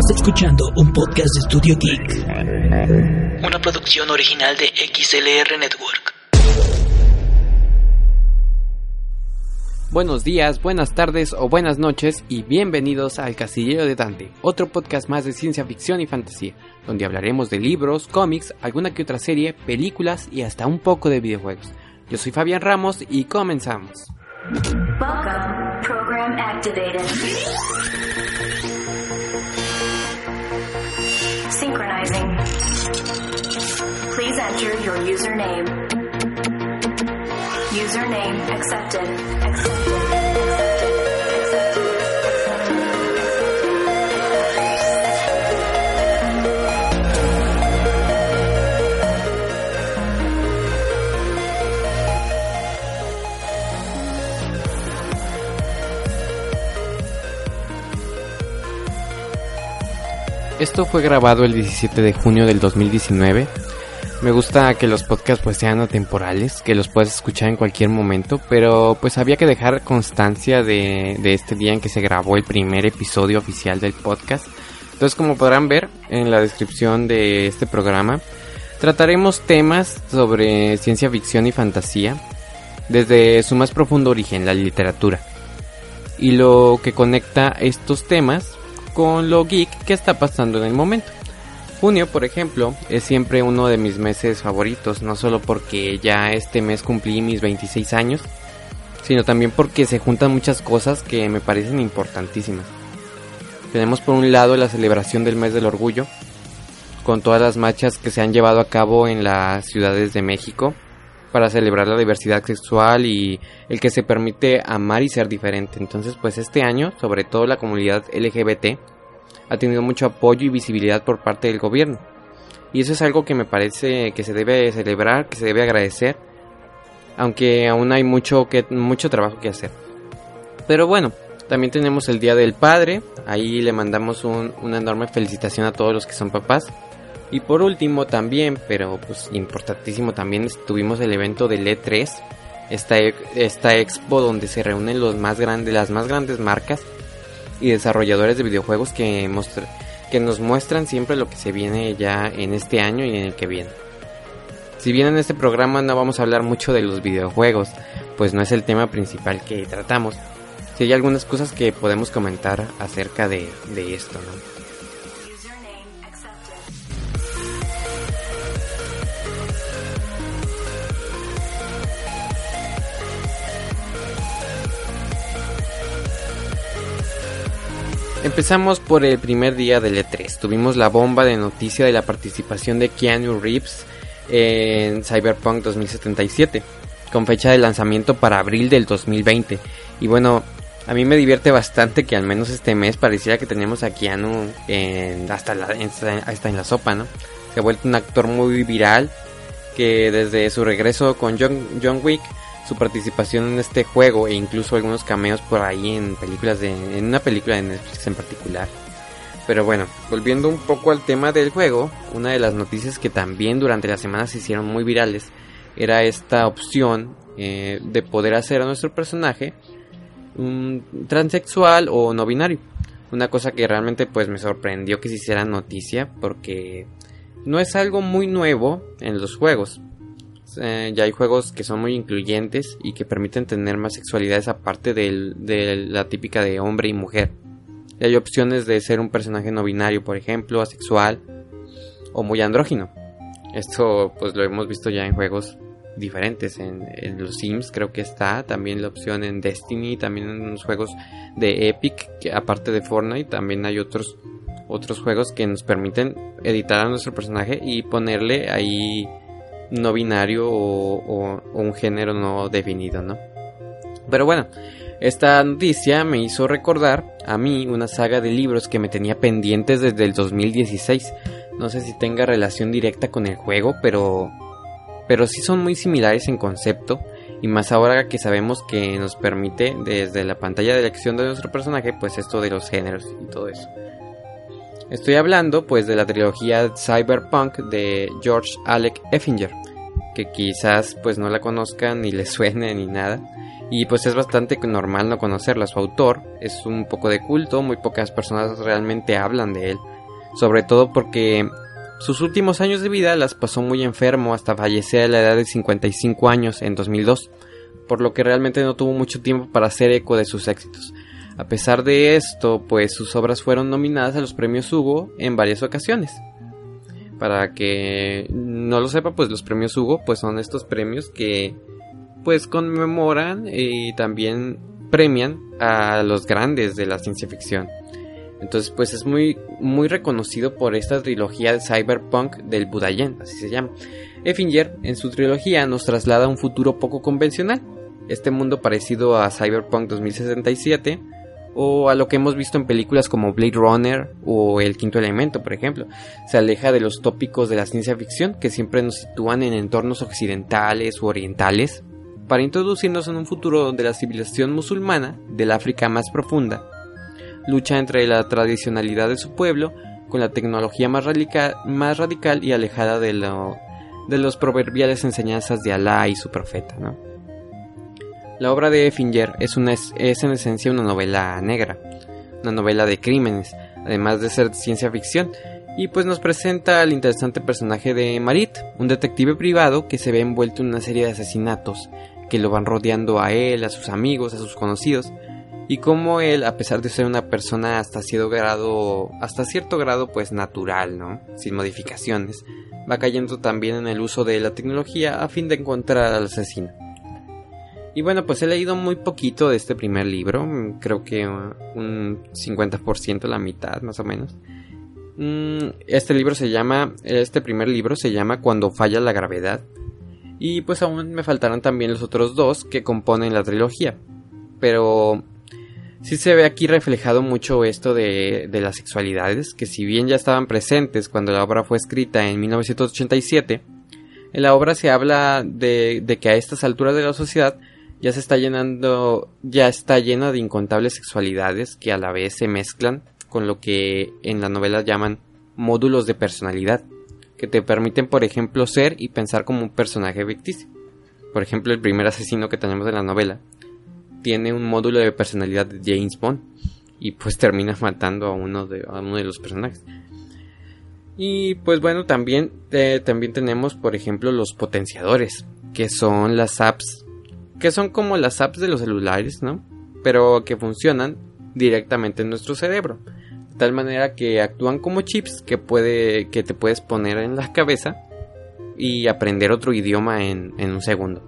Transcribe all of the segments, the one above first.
escuchando un podcast de Estudio Geek, una producción original de XLR Network. Buenos días, buenas tardes o buenas noches y bienvenidos al Casillero de Dante, otro podcast más de ciencia ficción y fantasía, donde hablaremos de libros, cómics, alguna que otra serie, películas y hasta un poco de videojuegos. Yo soy Fabián Ramos y comenzamos. Welcome, program activated. Synchronizing. Please enter your username. Username accepted. Esto fue grabado el 17 de junio del 2019. Me gusta que los podcasts pues sean atemporales, que los puedas escuchar en cualquier momento, pero pues había que dejar constancia de este día en que se grabó el primer episodio oficial del podcast. Entonces, como podrán ver en la descripción de este programa, trataremos temas sobre ciencia ficción y fantasía desde su más profundo origen, la literatura, y lo que conecta estos temas con lo geek que está pasando en el momento. Junio, por ejemplo, es siempre uno de mis meses favoritos, no solo porque ya este mes cumplí mis 26 años, sino también porque se juntan muchas cosas que me parecen importantísimas. Tenemos por un lado la celebración del mes del orgullo, con todas las marchas que se han llevado a cabo en las ciudades de México para celebrar la diversidad sexual y el que se permite amar y ser diferente. Entonces, pues este año, sobre todo la comunidad LGBT, ha tenido mucho apoyo y visibilidad por parte del gobierno. Y eso es algo que me parece que se debe celebrar, que se debe agradecer, aunque aún hay mucho trabajo que hacer. Pero bueno, también tenemos el Día del Padre. Ahí le mandamos una enorme felicitación a todos los que son papás. Y por último también, pero pues importantísimo también, tuvimos el evento del E3, esta expo donde se reúnen las más grandes marcas y desarrolladores de videojuegos que nos muestran siempre lo que se viene ya en este año y en el que viene. Si bien en este programa no vamos a hablar mucho de los videojuegos, pues no es el tema principal que tratamos, sí hay algunas cosas que podemos comentar acerca de esto, ¿no? Empezamos por el primer día del E3. Tuvimos la bomba de noticia de la participación de Keanu Reeves en Cyberpunk 2077, con fecha de lanzamiento para abril del 2020. Y bueno, a mí me divierte bastante que al menos este mes pareciera que tenemos a Keanu hasta en la sopa, ¿no? Se ha vuelto un actor muy viral, que desde su regreso con John Wick, su participación en este juego e incluso algunos cameos por ahí en una película de Netflix en particular. Pero bueno, volviendo un poco al tema del juego, una de las noticias que también durante la semana se hicieron muy virales era esta opción de poder hacer a nuestro personaje transexual o no binario. Una cosa que realmente pues me sorprendió que se hiciera noticia, porque no es algo muy nuevo en los juegos. Ya hay juegos que son muy incluyentes y que permiten tener más sexualidades aparte de la típica de hombre y mujer. Y hay opciones de ser un personaje no binario, por ejemplo, asexual o muy andrógino. Esto pues lo hemos visto ya en juegos diferentes, en los Sims creo que está, también la opción en Destiny, también en los juegos de Epic, que aparte de Fortnite también hay otros juegos que nos permiten editar a nuestro personaje y ponerle ahí no binario o un género no definido, ¿no? Pero bueno, esta noticia me hizo recordar a mí una saga de libros que me tenía pendientes desde el 2016. No sé si tenga relación directa con el juego, pero sí son muy similares en concepto, y más ahora que sabemos que nos permite desde la pantalla de elección de nuestro personaje pues esto de los géneros y todo eso. Estoy hablando pues de la trilogía Cyberpunk de George Alec Effinger, que quizás pues no la conozcan ni le suene ni nada, y pues es bastante normal no conocerla. Su autor es un poco de culto, muy pocas personas realmente hablan de él, sobre todo porque sus últimos años de vida las pasó muy enfermo hasta fallecer a la edad de 55 años en 2002, por lo que realmente no tuvo mucho tiempo para hacer eco de sus éxitos. A pesar de esto, pues sus obras fueron nominadas a los premios Hugo en varias ocasiones. Para que no lo sepa, pues los premios Hugo pues son estos premios que pues conmemoran y también premian a los grandes de la ciencia ficción. Entonces pues es muy reconocido por esta trilogía de cyberpunk del Budayen, así se llama. Effinger en su trilogía nos traslada a un futuro poco convencional, este mundo parecido a Cyberpunk 2077 o a lo que hemos visto en películas como Blade Runner o El Quinto Elemento, por ejemplo. Se aleja de los tópicos de la ciencia ficción que siempre nos sitúan en entornos occidentales u orientales, para introducirnos en un futuro donde la civilización musulmana del África más profunda lucha entre la tradicionalidad de su pueblo con la tecnología más radical y alejada de los proverbiales enseñanzas de Alá y su profeta, ¿no? La obra de Effinger es en esencia una novela negra, una novela de crímenes, además de ser ciencia ficción, y pues nos presenta al interesante personaje de Marit, un detective privado que se ve envuelto en una serie de asesinatos que lo van rodeando a él, a sus amigos, a sus conocidos, y como él, a pesar de ser una persona hasta cierto grado pues natural, ¿no? Sin modificaciones, va cayendo también en el uso de la tecnología a fin de encontrar al asesino. Y bueno, pues he leído muy poquito de este primer libro, creo que un 50%, la mitad más o menos. Este primer libro se llama Cuando falla la gravedad, y pues aún me faltarán también los otros dos que componen la trilogía, pero sí se ve aquí reflejado mucho esto de las sexualidades, que si bien ya estaban presentes cuando la obra fue escrita en 1987, en la obra se habla de que a estas alturas de la sociedad ya está llena de incontables sexualidades que a la vez se mezclan con lo que en la novela llaman módulos de personalidad, que te permiten, por ejemplo, ser y pensar como un personaje ficticio. Por ejemplo, el primer asesino que tenemos en la novela tiene un módulo de personalidad de James Bond y pues termina matando a uno de los personajes. Y pues bueno, también tenemos, por ejemplo, los potenciadores, que son las apps, que son como las apps de los celulares, ¿no? Pero que funcionan directamente en nuestro cerebro, de tal manera que actúan como chips que te puedes poner en la cabeza y aprender otro idioma en un segundo.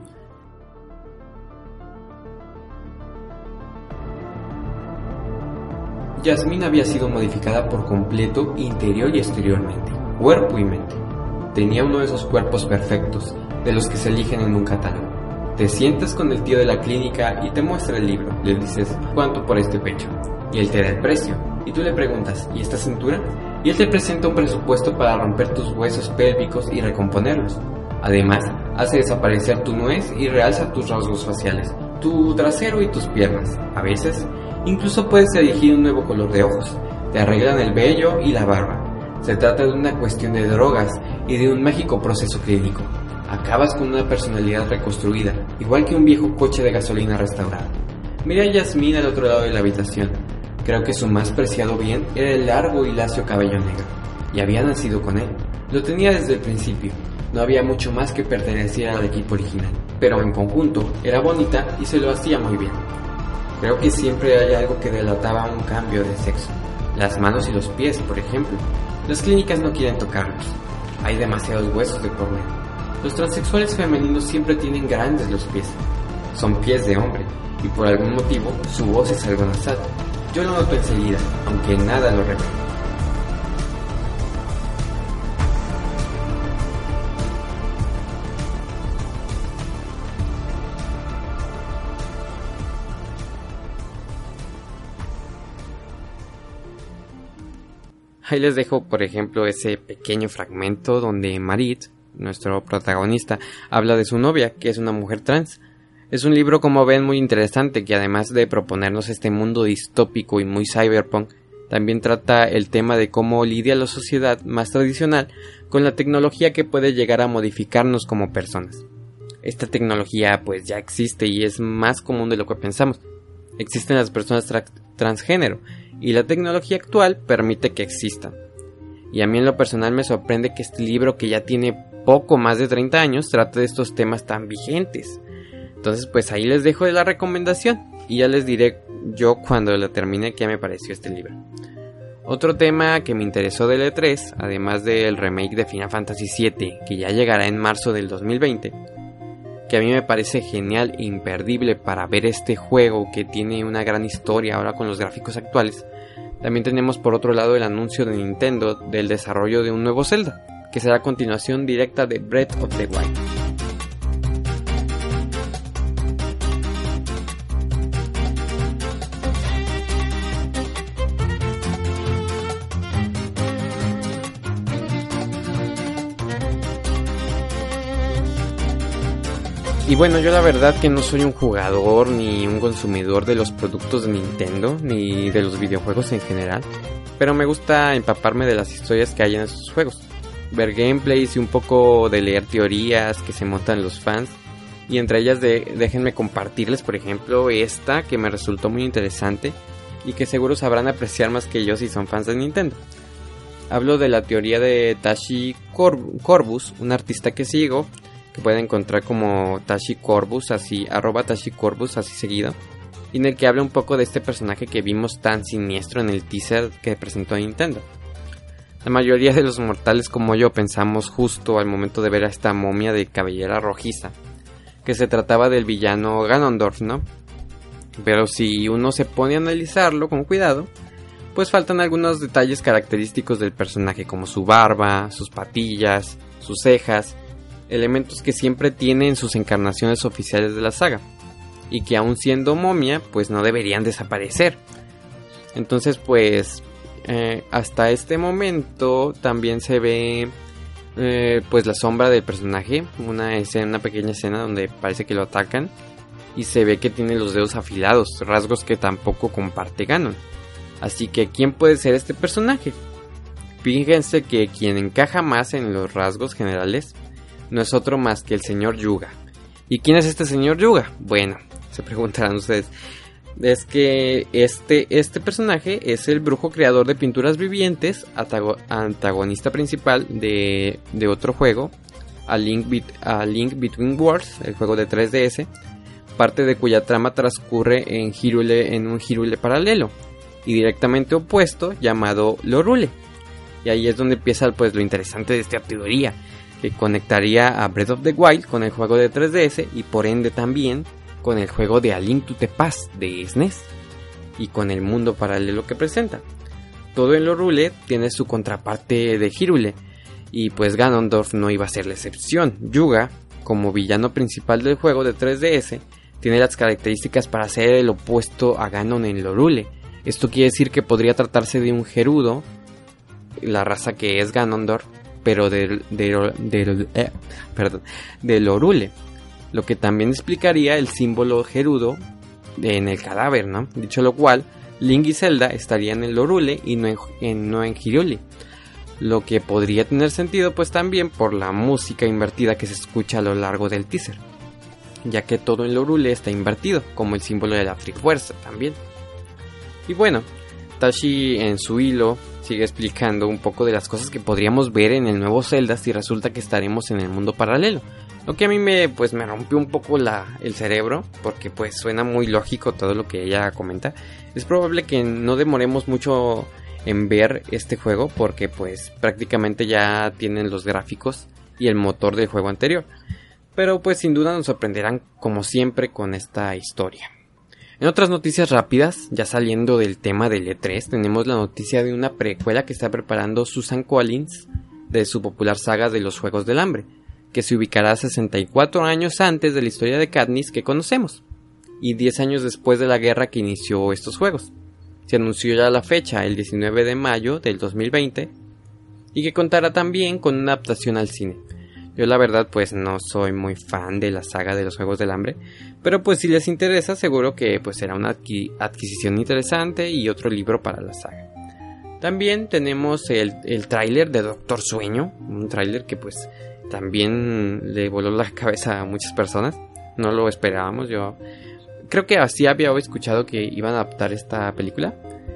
Yasmín había sido modificada por completo interior y exteriormente, cuerpo y mente. Tenía uno de esos cuerpos perfectos, de los que se eligen en un catálogo. Te sientas con el tío de la clínica y te muestra el libro. Le dices, ¿cuánto por este pecho? Y él te da el precio. Y tú le preguntas, ¿y esta cintura? Y él te presenta un presupuesto para romper tus huesos pélvicos y recomponerlos. Además, hace desaparecer tu nuez y realza tus rasgos faciales, tu trasero y tus piernas. A veces, incluso puedes elegir un nuevo color de ojos. Te arreglan el vello y la barba. Se trata de una cuestión de drogas y de un mágico proceso clínico. Acabas con una personalidad reconstruida, igual que un viejo coche de gasolina restaurado. Miré a Yasmín al otro lado de la habitación. Creo que su más preciado bien era el largo y lacio cabello negro, y había nacido con él. Lo tenía desde el principio. No había mucho más que perteneciera al equipo original, pero en conjunto era bonita y se lo hacía muy bien. Creo que siempre hay algo que delataba un cambio de sexo. Las manos y los pies, por ejemplo. Las clínicas no quieren tocarlos. Hay demasiados huesos de por medio. Los transexuales femeninos siempre tienen grandes los pies. Son pies de hombre, y por algún motivo su voz es algo nasal. Yo lo noto enseguida, aunque nada lo revela. Ahí les dejo, por ejemplo, ese pequeño fragmento donde Marit, nuestro protagonista, habla de su novia, que es una mujer trans. Es un libro, como ven, muy interesante, que además de proponernos este mundo distópico y muy cyberpunk, también trata el tema de cómo lidia la sociedad más tradicional con la tecnología que puede llegar a modificarnos como personas. Esta tecnología pues ya existe y es más común de lo que pensamos. Existen las personas transgénero y la tecnología actual permite que existan. Y a mí en lo personal me sorprende que este libro, que ya tiene poco más de 30 años, trate de estos temas tan vigentes. Entonces pues ahí les dejo la recomendación y ya les diré yo cuando lo termine qué me pareció este libro. Otro tema que me interesó del E3, además del remake de Final Fantasy VII, que ya llegará en marzo del 2020, que a mí me parece genial e imperdible para ver este juego que tiene una gran historia ahora con los gráficos actuales. También tenemos por otro lado el anuncio de Nintendo del desarrollo de un nuevo Zelda, que será a continuación directa de Breath of the Wild. Y bueno, yo la verdad que no soy un jugador ni un consumidor de los productos de Nintendo, ni de los videojuegos en general, pero me gusta empaparme de las historias que hay en esos juegos, ver gameplays y un poco de leer teorías que se montan los fans, y entre ellas déjenme compartirles por ejemplo esta que me resultó muy interesante y que seguro sabrán apreciar más que yo si son fans de Nintendo. Hablo de la teoría de Tashi Corbus, un artista que sigo, que pueden encontrar como Tashi Corbus, así, @Tashi Corbus, así seguido, y en el que habla un poco de este personaje que vimos tan siniestro en el teaser que presentó Nintendo. La mayoría de los mortales como yo pensamos justo al momento de ver a esta momia de cabellera rojiza, que se trataba del villano Ganondorf, ¿no? Pero si uno se pone a analizarlo con cuidado, pues faltan algunos detalles característicos del personaje, como su barba, sus patillas, sus cejas, elementos que siempre tiene en sus encarnaciones oficiales de la saga, y que aún siendo momia, pues no deberían desaparecer. Entonces pues hasta este momento también se ve pues la sombra del personaje, una pequeña escena donde parece que lo atacan, y se ve que tiene los dedos afilados, rasgos que tampoco comparte Ganon. Así que ¿quién puede ser este personaje? Fíjense que quien encaja más en los rasgos generales no es otro más que el señor Yuga. ¿Y quién es este señor Yuga? Bueno, se preguntarán ustedes. Es que este personaje es el brujo creador de pinturas vivientes, antagonista principal de otro juego, A Link Between Worlds, el juego de 3DS, parte de cuya trama transcurre en un Hyrule paralelo y directamente opuesto llamado Lorule. Y ahí es donde empieza pues lo interesante de esta teoría, que conectaría a Breath of the Wild con el juego de 3DS y por ende también con el juego de A Link to the Past de SNES y con el mundo paralelo que presenta. Todo en Lorule tiene su contraparte de Hyrule y pues Ganondorf no iba a ser la excepción. Yuga, como villano principal del juego de 3DS, tiene las características para ser el opuesto a Ganon en Lorule. Esto quiere decir que podría tratarse de un Gerudo, la raza que es Ganondorf, pero de Lorule, lo que también explicaría el símbolo Gerudo en el cadáver, ¿no? Dicho lo cual, Link y Zelda estarían en Lorule y no en Hyrule, lo que podría tener sentido pues también por la música invertida que se escucha a lo largo del teaser, ya que todo en Lorule está invertido, como el símbolo de la Trifuerza también. Y bueno, Tashi en su hilo sigue explicando un poco de las cosas que podríamos ver en el nuevo Zelda si resulta que estaremos en el mundo paralelo. Lo que a mí me rompió un poco el cerebro, porque pues suena muy lógico todo lo que ella comenta. Es probable que no demoremos mucho en ver este juego, porque pues prácticamente ya tienen los gráficos y el motor del juego anterior. Pero pues sin duda nos sorprenderán como siempre con esta historia. En otras noticias rápidas, ya saliendo del tema del E3, tenemos la noticia de una precuela que está preparando Susan Collins de su popular saga de los Juegos del Hambre, que se ubicará 64 años antes de la historia de Katniss que conocemos, y 10 años después de la guerra que inició estos juegos. Se anunció ya la fecha, el 19 de mayo del 2020, y que contará también con una adaptación al cine. Yo la verdad pues no soy muy fan de la saga de los Juegos del Hambre, pero pues si les interesa seguro que pues será una adquisición interesante y otro libro para la saga. También tenemos el tráiler de Doctor Sueño, un tráiler que pues también le voló la cabeza a muchas personas, no lo esperábamos. Yo creo que así había escuchado que iban a adaptar esta película,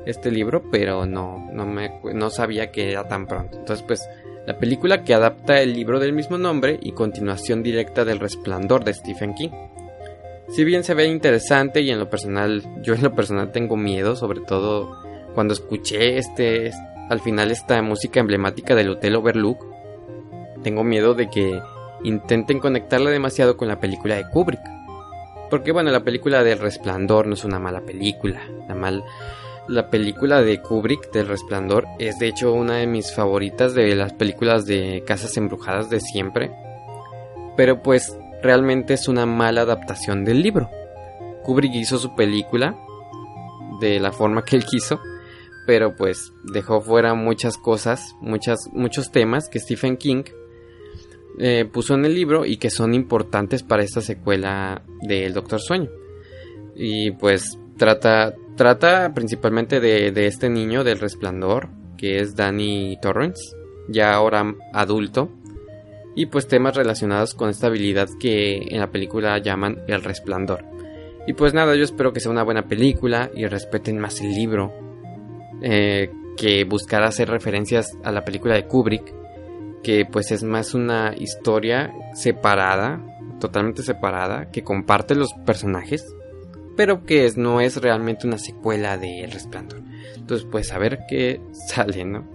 este libro, pero no sabía que era tan pronto. Entonces pues la película que adapta el libro del mismo nombre y continuación directa del Resplandor de Stephen King. Si bien se ve interesante y yo en lo personal tengo miedo, sobre todo cuando escuché al final esta música emblemática del Hotel Overlook, tengo miedo de que intenten conectarla demasiado con la película de Kubrick. Porque bueno, la película del Resplandor no es una mala película. La película de Kubrick del Resplandor es de hecho una de mis favoritas de las películas de casas embrujadas de siempre. Pero pues realmente es una mala adaptación del libro. Kubrick hizo su película de la forma que él quiso, pero pues dejó fuera muchas cosas, muchos temas que Stephen King puso en el libro y que son importantes para esta secuela del Doctor Sueño. Y pues trata principalmente de este niño del Resplandor, que es Danny Torrance, ya ahora adulto, y pues temas relacionados con esta habilidad que en la película llaman el Resplandor. Y pues nada, yo espero que sea una buena película y respeten más el libro, que buscar hacer referencias a la película de Kubrick, que pues es más una historia separada, totalmente separada, que comparte los personajes, pero que no es realmente una secuela de El Resplandor. Entonces pues a ver qué sale, ¿no?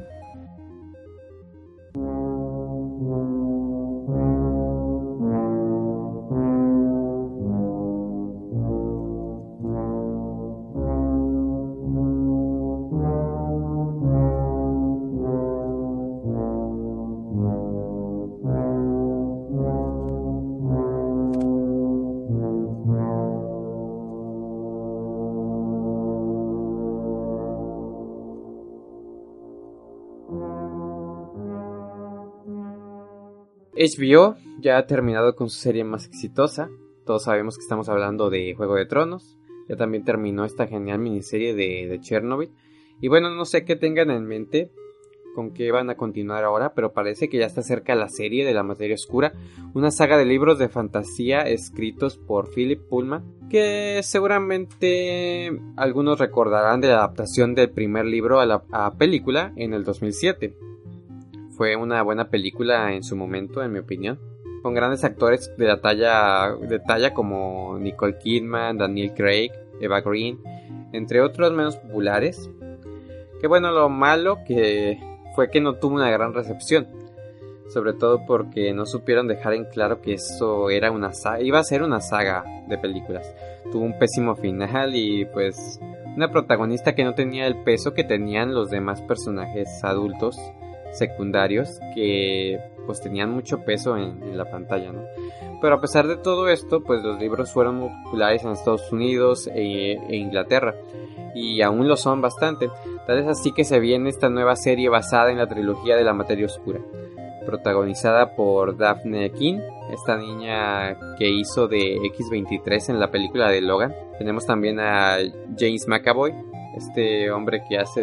HBO ya ha terminado con su serie más exitosa. Todos sabemos que estamos hablando de Juego de Tronos. Ya también terminó esta genial miniserie de Chernobyl. Y bueno, no sé qué tengan en mente con qué van a continuar ahora, pero parece que ya está cerca la serie de la Materia Oscura, una saga de libros de fantasía escritos por Philip Pullman, que seguramente algunos recordarán de la adaptación del primer libro a película en el 2007. Fue una buena película en su momento, en mi opinión, con grandes actores de talla como Nicole Kidman, Daniel Craig, Eva Green, entre otros menos populares. Que bueno, lo malo que fue que no tuvo una gran recepción, sobre todo porque no supieron dejar en claro que eso era iba a ser una saga de películas. Tuvo un pésimo final y pues una protagonista que no tenía el peso que tenían los demás personajes adultos secundarios, que pues tenían mucho peso en la pantalla, ¿no? Pero a pesar de todo esto, pues los libros fueron muy populares en Estados Unidos e Inglaterra, y aún lo son bastante. Tal es así que se viene esta nueva serie basada en la trilogía de la Materia Oscura, protagonizada por Daphne King, esta niña que hizo de X-23 en la película de Logan. Tenemos también a James McAvoy, este hombre que hace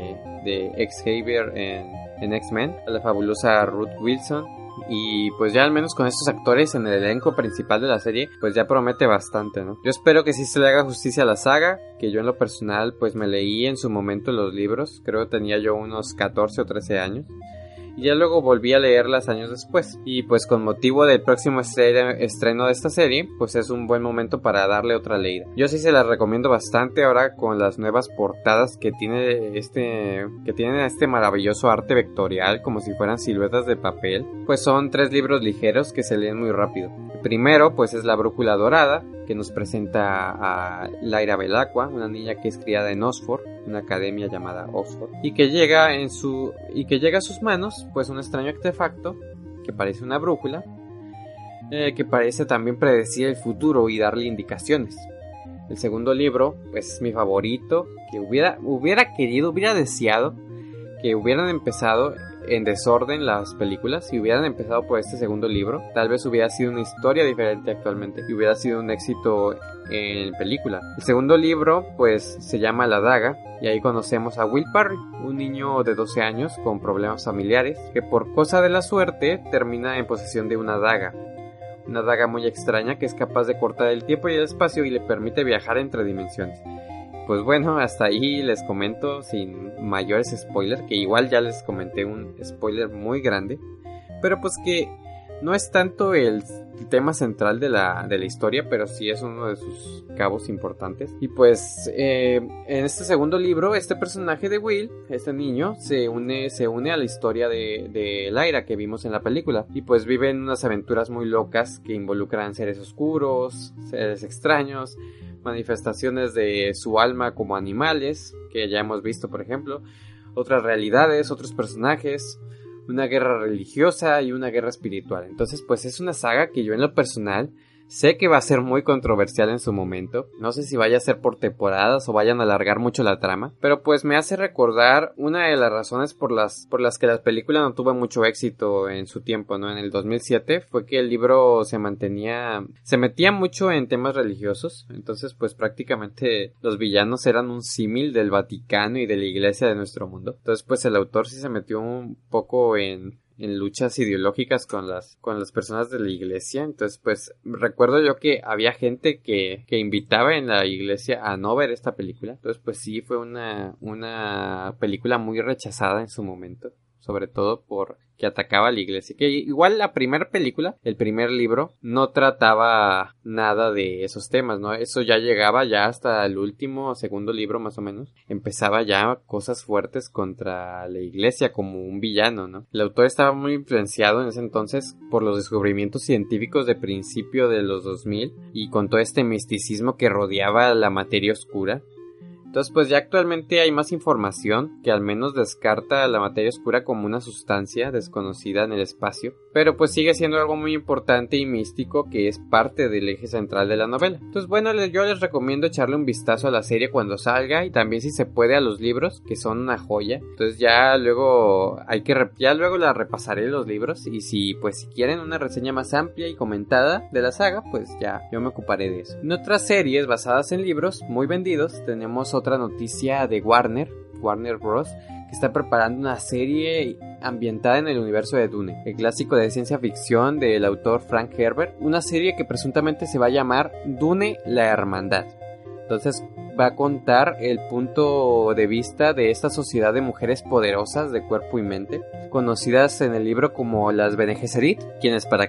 de Xavier en X-Men, a la fabulosa Ruth Wilson. Y pues ya al menos con estos actores en el elenco principal de la serie, pues ya promete bastante, ¿no? Yo espero que sí se le haga justicia a la saga, que yo en lo personal pues me leí en su momento los libros, creo que tenía yo unos 14 o 13 años. Y ya luego volví a leerlas años después. Y pues con motivo del próximo estreno de esta serie, pues es un buen momento para darle otra leída. Yo sí se las recomiendo bastante ahora con las nuevas portadas que tienen este maravilloso arte vectorial, como si fueran siluetas de papel. Pues son 3 libros ligeros que se leen muy rápido. El primero pues es La Brújula Dorada, que nos presenta a Lyra Belacqua, una niña que es criada en Oxford, una academia llamada Oxford, y que llega a sus manos pues un extraño artefacto que parece una brújula, que parece también predecir el futuro y darle indicaciones. El segundo libro pues es mi favorito, que hubiera deseado que hubieran empezado en desorden las películas. Si hubieran empezado por este segundo libro, tal vez hubiera sido una historia diferente actualmente y hubiera sido un éxito en película. El segundo libro pues se llama La Daga, y ahí conocemos a Will Parry, un niño de 12 años con problemas familiares, que por cosa de la suerte termina en posesión de una daga muy extraña que es capaz de cortar el tiempo y el espacio y le permite viajar entre dimensiones. pues bueno, hasta ahí les comento sin mayores spoilers, que igual ya les comenté un spoiler muy grande, pero pues que no es tanto el tema central de la historia, pero sí es uno de sus cabos importantes. Y pues en este segundo libro, este personaje de Will, este niño, se une a la historia de Lyra que vimos en la película. Y pues viven unas aventuras muy locas que involucran seres oscuros, seres extraños, manifestaciones de su alma como animales, que ya hemos visto por ejemplo, otras realidades, otros personajes, una guerra religiosa y una guerra espiritual. Entonces pues es una saga que yo en lo personal sé que va a ser muy controversial en su momento. No sé si vaya a ser por temporadas o vayan a alargar mucho la trama, pero pues me hace recordar una de las razones por las que la película no tuvo mucho éxito en su tiempo, ¿no? En el 2007 fue que el libro se metía mucho en temas religiosos. Entonces pues prácticamente los villanos eran un símil del Vaticano y de la iglesia de nuestro mundo. Entonces pues el autor sí se metió un poco en luchas ideológicas con las personas de la iglesia. Entonces pues recuerdo yo que había gente que invitaba en la iglesia a no ver esta película. Entonces pues sí fue una película muy rechazada en su momento, sobre todo por que atacaba a la iglesia. Que igual la primera película, el primer libro, no trataba nada de esos temas, ¿no? Eso ya llegaba ya hasta el último, segundo libro más o menos. Empezaba ya cosas fuertes contra la iglesia como un villano, ¿no? El autor estaba muy influenciado en ese entonces por los descubrimientos científicos de principio de los 2000 y con todo este misticismo que rodeaba la materia oscura. Entonces pues ya actualmente hay más información que al menos descarta la materia oscura como una sustancia desconocida en el espacio, pero pues sigue siendo algo muy importante y místico que es parte del eje central de la novela. Entonces bueno, yo les recomiendo echarle un vistazo a la serie cuando salga y también si se puede a los libros, que son una joya. Entonces ya luego luego la repasaré los libros y si quieren una reseña más amplia y comentada de la saga, pues ya yo me ocuparé de eso. En otras series basadas en libros muy vendidos tenemos otra noticia de Warner Bros. Que está preparando una serie ambientada en el universo de Dune, el clásico de ciencia ficción del autor Frank Herbert, una serie que presuntamente se va a llamar Dune la Hermandad. Entonces va a contar el punto de vista de esta sociedad de mujeres poderosas de cuerpo y mente, conocidas en el libro como las Bene Gesserit, quienes para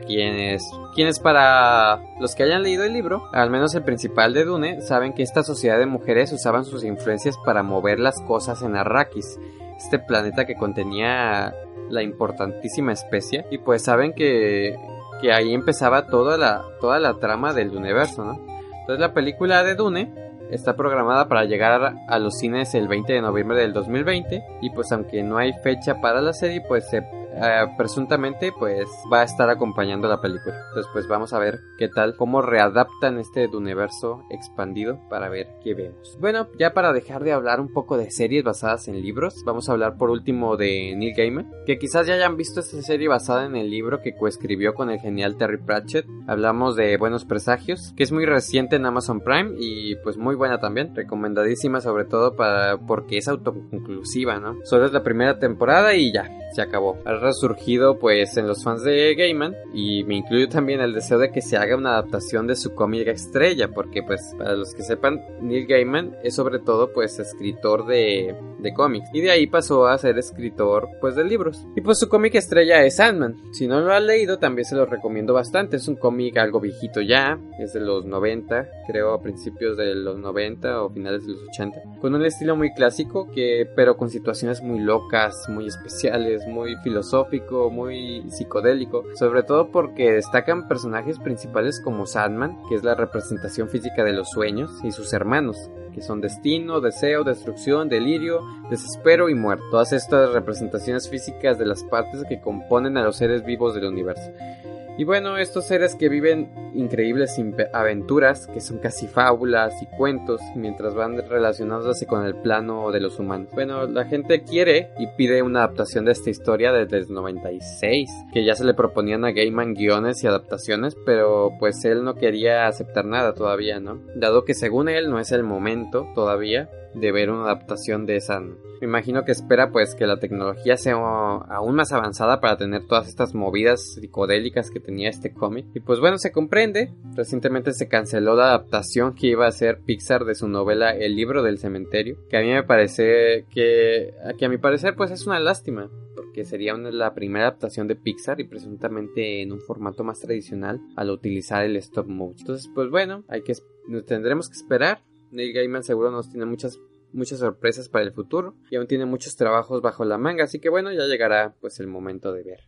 los que hayan leído el libro, al menos el principal de Dune, saben que esta sociedad de mujeres usaban sus influencias para mover las cosas en Arrakis, este planeta que contenía la importantísima especia, y pues saben que ahí empezaba toda la trama del universo, ¿no? Entonces la película de Dune está programada para llegar a los cines el 20 de noviembre del 2020 y pues aunque no hay fecha para la serie, pues presuntamente pues va a estar acompañando la película. Entonces pues vamos a ver qué tal, cómo readaptan este universo expandido para ver qué vemos. Bueno, ya para dejar de hablar un poco de series basadas en libros, vamos a hablar por último de Neil Gaiman, que quizás ya hayan visto esta serie basada en el libro que coescribió con el genial Terry Pratchett. Hablamos de Buenos Presagios, que es muy reciente en Amazon Prime y pues muy buena también, recomendadísima sobre todo porque es autoconclusiva, ¿no? Solo es la primera temporada y ya, se acabó. Ha resurgido pues en los fans de Gaiman y me incluyo también el deseo de que se haga una adaptación de su cómic estrella, porque pues para los que sepan, Neil Gaiman es sobre todo pues escritor de cómics y de ahí pasó a ser escritor pues de libros y pues su cómic estrella es Sandman. Si no lo han leído también se lo recomiendo bastante, es un cómic algo viejito ya, es de los 90, creo a principios de los 90 o finales de los 80, con un estilo muy clásico pero con situaciones muy locas, muy especiales, muy filosófico, muy psicodélico, sobre todo porque destacan personajes principales como Sandman, que es la representación física de los sueños, y sus hermanos, que son destino, deseo, destrucción, delirio, desespero y muerte. Todas estas representaciones físicas de las partes que componen a los seres vivos del universo. Y bueno, estos seres que viven increíbles aventuras, que son casi fábulas y cuentos, mientras van relacionándose con el plano de los humanos. Bueno, la gente quiere y pide una adaptación de esta historia desde el 96, que ya se le proponían a Gaiman guiones y adaptaciones, pero pues él no quería aceptar nada todavía, ¿no? Dado que según él no es el momento todavía de ver una adaptación de esa. Me imagino que espera pues que la tecnología sea aún más avanzada para tener todas estas movidas psicodélicas que tenía este cómic. Y pues bueno, se comprende. Recientemente se canceló la adaptación que iba a hacer Pixar de su novela El libro del cementerio, que a mí me parece que a mi parecer pues es una lástima, porque sería la primera adaptación de Pixar y presuntamente en un formato más tradicional al utilizar el stop motion. Entonces pues bueno, nos tendremos que esperar. Neil Gaiman seguro nos tiene muchas sorpresas para el futuro y aún tiene muchos trabajos bajo la manga, así que bueno, ya llegará pues el momento de ver.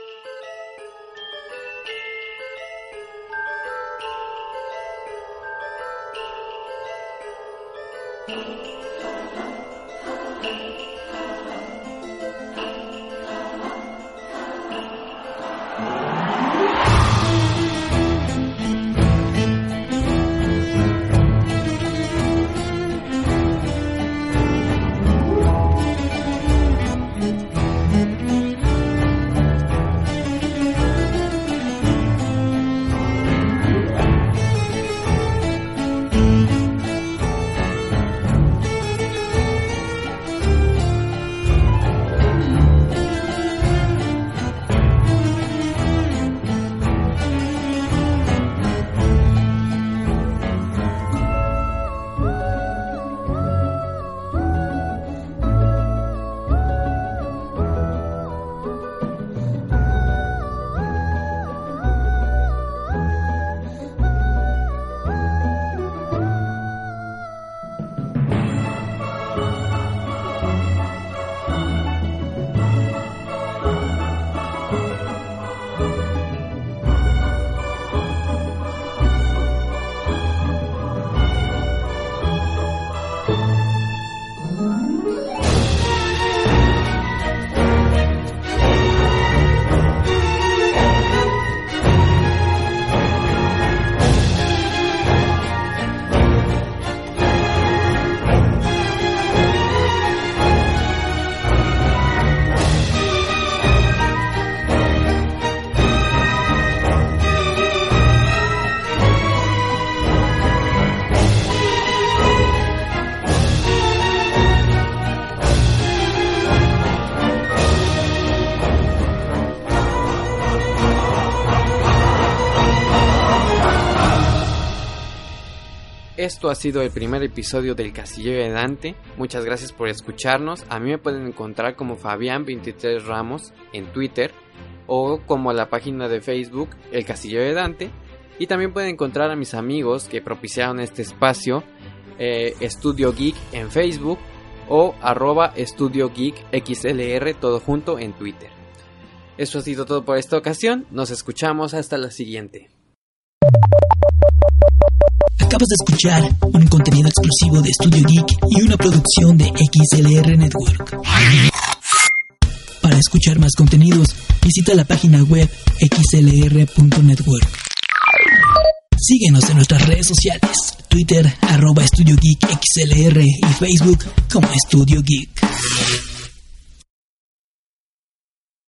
Esto ha sido el primer episodio del Casillero de Dante. Muchas gracias por escucharnos. A mí me pueden encontrar como Fabián23 Ramos en Twitter o como la página de Facebook El Casillero de Dante. Y también pueden encontrar a mis amigos que propiciaron este espacio, Estudio Geek en Facebook o @EstudioGeekXLR, todo junto en Twitter. Eso ha sido todo por esta ocasión. Nos escuchamos hasta la siguiente. Acabas de escuchar un contenido exclusivo de Estudio Geek y una producción de XLR Network. Para escuchar más contenidos, visita la página web xlr.network. Síguenos en nuestras redes sociales, Twitter @Estudio Geek XLR y Facebook como Estudio Geek.